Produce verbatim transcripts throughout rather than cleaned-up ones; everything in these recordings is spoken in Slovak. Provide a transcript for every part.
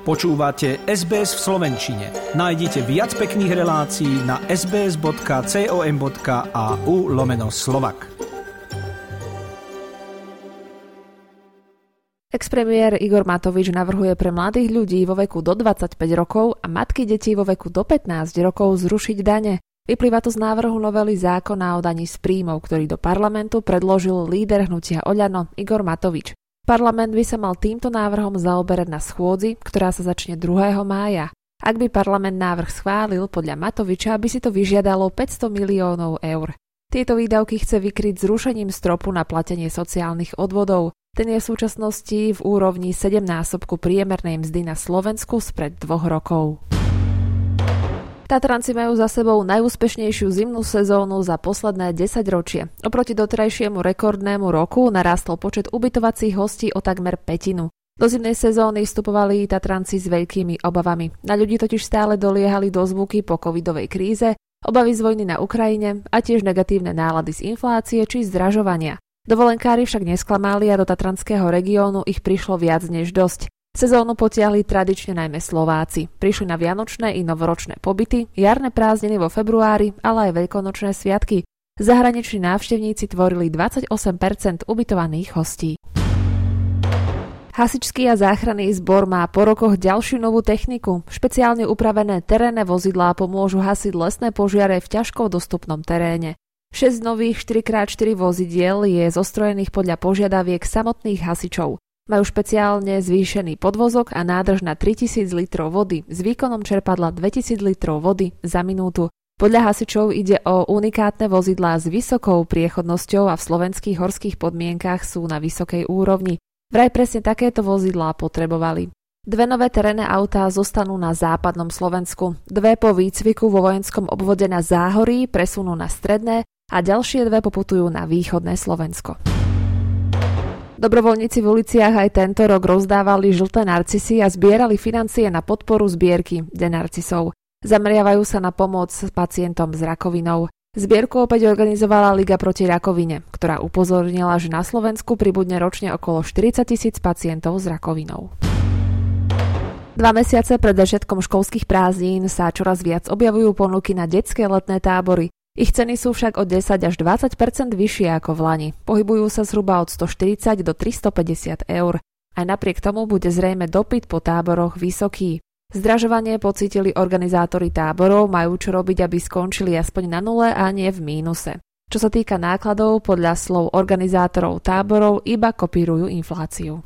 Počúvate es bé es v slovenčine. Nájdite viac pekných relácií na sbs.com.au lomeno Slovak. Ex-premiér Igor Matovič navrhuje pre mladých ľudí vo veku do dvadsaťpäť rokov a matky detí vo veku do pätnásť rokov zrušiť dane. Vyplýva to z návrhu novely zákona o daní z príjmov, ktorý do parlamentu predložil líder hnutia Oľano Igor Matovič. Parlament by sa mal týmto návrhom zaoberať na schôdzi, ktorá sa začne druhého mája. Ak by parlament návrh schválil, podľa Matoviča by si to vyžiadalo päťsto miliónov eur. Tieto výdavky chce vykryť zrušením stropu na platenie sociálnych odvodov. Ten je v súčasnosti v úrovni sedemnásobku priemernej mzdy na Slovensku spred dvoch rokov. Tatranci majú za sebou najúspešnejšiu zimnú sezónu za posledné desaťročie. Oproti doterajšiemu rekordnému roku narástol počet ubytovacích hostí o takmer pätinu. Do zimnej sezóny vstupovali Tatranci s veľkými obavami. Na ľudí totiž stále doliehali dozvuky po covidovej kríze, obavy z vojny na Ukrajine a tiež negatívne nálady z inflácie či zdražovania. Dovolenkári však nesklamali a do tatranského regiónu ich prišlo viac než dosť. Sezónu potiahli tradične najmä Slováci. Prišli na vianočné i novoročné pobyty, jarné prázdniny vo februári, ale aj veľkonočné sviatky. Zahraniční návštevníci tvorili dvadsaťosem percent ubytovaných hostí. Hasičský a záchranný zbor má po rokoch ďalšiu novú techniku. Špeciálne upravené terénne vozidlá pomôžu hasiť lesné požiare v ťažko dostupnom teréne. šesť nových štyri krát štyri vozidiel je zostrojených podľa požiadaviek samotných hasičov. Majú špeciálne zvýšený podvozok a nádrž na tritisíc litrov vody s výkonom čerpadla dvetisíc litrov vody za minútu. Podľa hasičov ide o unikátne vozidlá s vysokou priechodnosťou a v slovenských horských podmienkach sú na vysokej úrovni. Vraj presne takéto vozidlá potrebovali. Dve nové terénne autá zostanú na západnom Slovensku. Dve po výcviku vo vojenskom obvode na Záhorí presunú na stredné a ďalšie dve poputujú na východné Slovensko. Dobrovoľníci v uliciach aj tento rok rozdávali žlté narcisy a zbierali financie na podporu zbierky De narcisov. Zameriavajú sa na pomoc pacientom s rakovinou. Zbierku opäť organizovala Liga proti rakovine, ktorá upozornila, že na Slovensku pribudne ročne okolo štyridsať tisíc pacientov s rakovinou. Dva mesiace pred začiatkom školských prázdnin sa čoraz viac objavujú ponuky na detské letné tábory. Ich ceny sú však o desať až dvadsať percent vyššie ako v lani. Pohybujú sa zhruba od stoštyridsať do tristopäťdesiat eur. Aj napriek tomu bude zrejme dopyt po táboroch vysoký. Zdražovanie pocítili organizátori táborov, majú čo robiť, aby skončili aspoň na nule a nie v mínuse. Čo sa týka nákladov, podľa slov organizátorov táborov iba kopírujú infláciu.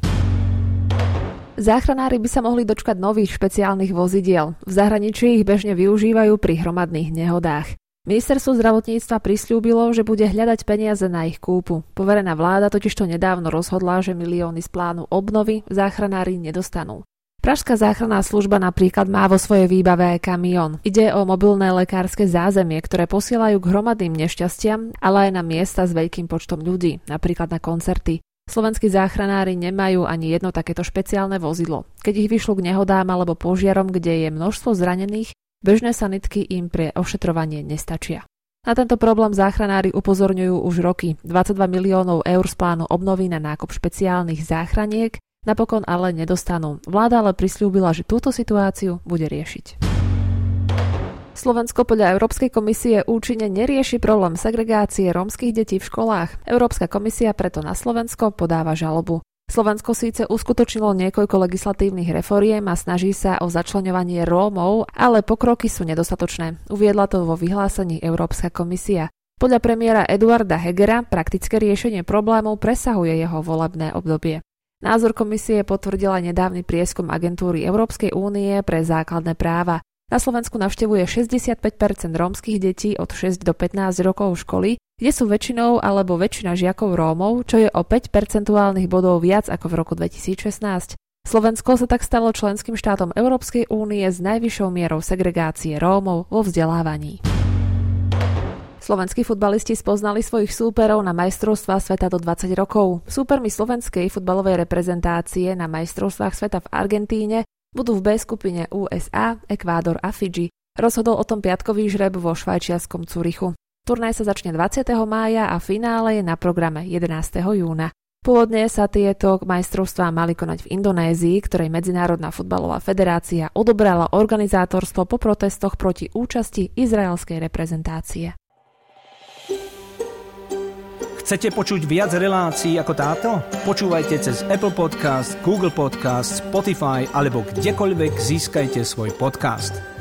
Záchranári by sa mohli dočkať nových špeciálnych vozidiel. V zahraničí ich bežne využívajú pri hromadných nehodách. Ministerstvo zdravotníctva prisľúbilo, že bude hľadať peniaze na ich kúpu. Poverená vláda totižto nedávno rozhodla, že milióny z plánu obnovy záchranári nedostanú. Pražská záchranná služba napríklad má vo svojej výbave aj kamión. Ide o mobilné lekárske zázemie, ktoré posielajú k hromadným nešťastiam, ale aj na miesta s veľkým počtom ľudí, napríklad na koncerty. Slovenskí záchranári nemajú ani jedno takéto špeciálne vozidlo. Keď ich vyšlo k nehodám alebo požiarom, kde je množstvo zranených, bežné sanitky im pre ošetrovanie nestačia. Na tento problém záchranári upozorňujú už roky. dvadsaťdva miliónov eur z plánu obnovy na nákup špeciálnych záchraniek napokon ale nedostanú. Vláda ale prisľúbila, že túto situáciu bude riešiť. Slovensko podľa Európskej komisie účinne nerieši problém segregácie rómskych detí v školách. Európska komisia preto na Slovensko podáva žalobu. Slovensko síce uskutočnilo niekoľko legislatívnych reforiem a snaží sa o začleňovanie Rómov, ale pokroky sú nedostatočné. Uviedla to vo vyhlásení Európska komisia. Podľa premiéra Eduarda Hegera praktické riešenie problémov presahuje jeho volebné obdobie. Názor komisie potvrdila nedávny prieskum agentúry Európskej únie pre základné práva. Na Slovensku navštevuje šesťdesiatpäť percent rómskych detí od šesť do pätnásť rokov školy, kde sú väčšinou alebo väčšina žiakov Rómov, čo je o päť percentuálnych bodov viac ako v roku dvetisícšestnásť. Slovensko sa tak stalo členským štátom Európskej únie s najvyššou mierou segregácie Rómov vo vzdelávaní. Slovenskí futbalisti spoznali svojich súperov na majstrovstvá sveta do dvadsať rokov. Súpermi slovenskej futbalovej reprezentácie na majstrovstvách sveta v Argentíne budú v B skupine ú es á, Ekvádor a Fidži. Rozhodol o tom piatkový žreb vo švajčiarskom Curychu. Turnaj sa začne dvadsiateho mája a finále je na programe jedenásteho júna. Pôvodne sa tieto majstrovstvá mali konať v Indonézii, ktorej Medzinárodná futbalová federácia odobrala organizátorstvo po protestoch proti účasti izraelskej reprezentácie. Chcete počuť viac relácií ako táto? Počúvajte cez Apple Podcast, Google Podcast, Spotify alebo kdekoľvek získajte svoj podcast.